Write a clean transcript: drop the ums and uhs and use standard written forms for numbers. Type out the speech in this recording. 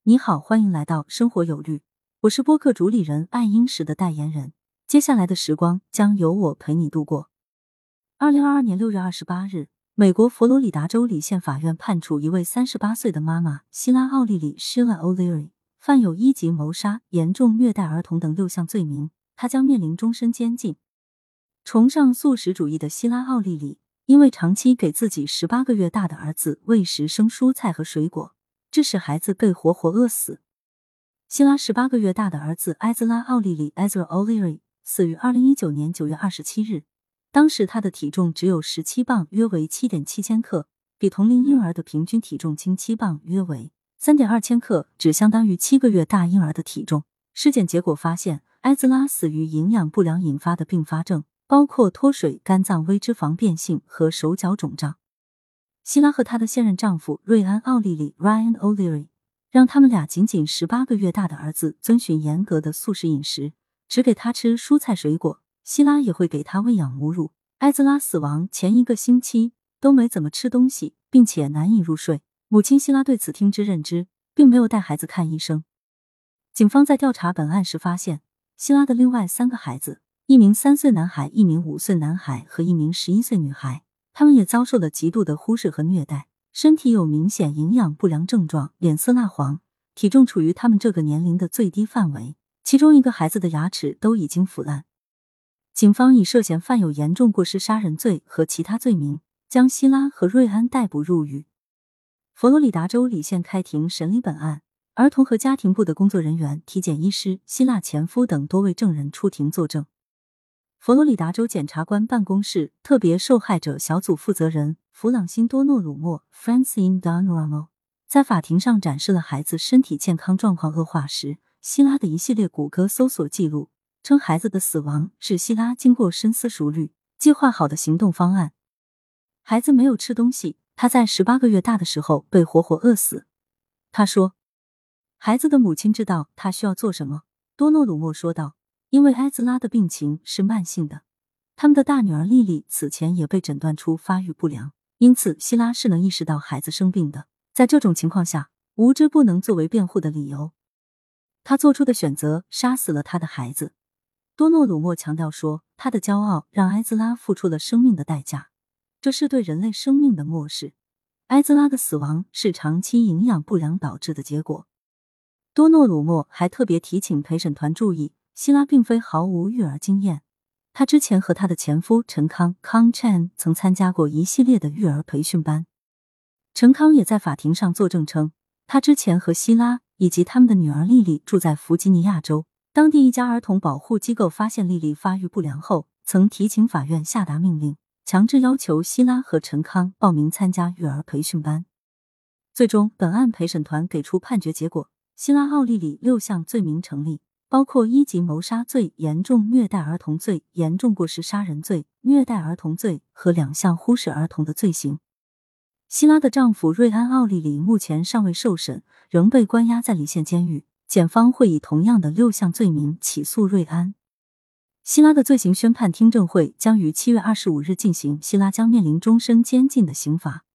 你好，欢迎来到生活有律，我是播客主理人爱英石的代言人。接下来的时光将由我陪你度过。2022年6月28日，美国佛罗里达州里县法院判处一位38岁的妈妈希拉·奥利里 Sheila O'Leary 犯有1级谋杀、严重虐待儿童等6项罪名，她将面临终身监禁。崇尚素食主义的希拉·奥利里因为长期给自己18个月大的儿子喂食生蔬菜和水果，致使孩子被活活饿死。希拉18个月大的儿子埃兹拉·奥利里 Ezra O'Leary 死于2019年9月27日，当时他的体重只有17磅，约为 7.7 千克，比同龄婴儿的平均体重轻7磅，约为 3.2 千克，只相当于7个月大婴儿的体重。尸检结果发现，埃兹拉死于营养不良引发的并发症，包括脱水、肝脏微脂肪变性和手脚肿胀。希拉和她的现任丈夫瑞安·奥利里 Ryan O'Leary 让他们俩仅18个月大的儿子遵循严格的素食饮食，只给他吃蔬菜水果，希拉也会给他喂养母乳。埃兹拉死亡前1个星期都没怎么吃东西，并且难以入睡。母亲希拉对此听之任之，并没有带孩子看医生。警方在调查本案时发现，希拉的另外3个孩子，一名3岁男孩、一名5岁男孩和一名11岁女孩，他们也遭受了极度的忽视和虐待，身体有明显营养不良症状，脸色蜡黄，体重处于他们这个年龄的最低范围，其中1个孩子的牙齿都已经腐烂。警方以涉嫌犯有严重过失杀人罪和其他罪名，将希拉和瑞安逮捕入狱。佛罗里达州里县开庭审理本案，儿童和家庭部的工作人员、体检医师、希拉前夫等多位证人出庭作证。佛罗里达州检察官办公室特别受害者小组负责人弗朗辛多诺鲁莫 Francine Donramo 在法庭上展示了孩子身体健康状况恶化时希拉的一系列谷歌搜索记录，称孩子的死亡是希拉经过深思熟虑计划好的行动方案。孩子没有吃东西，他在18个月大的时候被活活饿死。他说，孩子的母亲知道他需要做什么，多诺鲁莫说道，因为埃兹拉的病情是慢性的，他们的大女儿莉莉此前也被诊断出发育不良，因此希拉是能意识到孩子生病的。在这种情况下，无知不能作为辩护的理由。他做出的选择杀死了他的孩子。多诺鲁莫强调说，他的骄傲让埃兹拉付出了生命的代价，这是对人类生命的漠视。埃兹拉的死亡是长期营养不良导致的结果。多诺鲁莫还特别提醒陪审团注意，希拉并非毫无育儿经验，她之前和她的前夫陈康 Kang Chen 曾参加过一系列的育儿培训班。陈康也在法庭上作证称，他之前和希拉以及他们的女儿莉莉住在弗吉尼亚州，当地一家儿童保护机构发现莉莉发育不良后，曾提请法院下达命令，强制要求希拉和陈康报名参加育儿培训班。最终，本案陪审团给出判决结果，希拉·奥利里6项罪名成立，包括1级谋杀罪、严重虐待儿童罪、严重过失杀人罪、虐待儿童罪和2项忽视儿童的罪行。希拉的丈夫瑞安·奥利里目前尚未受审，仍被关押在里县监狱，检方会以同样的6项罪名起诉瑞安。希拉的罪行宣判听证会将于7月25日进行，希拉将面临终身监禁的刑罚。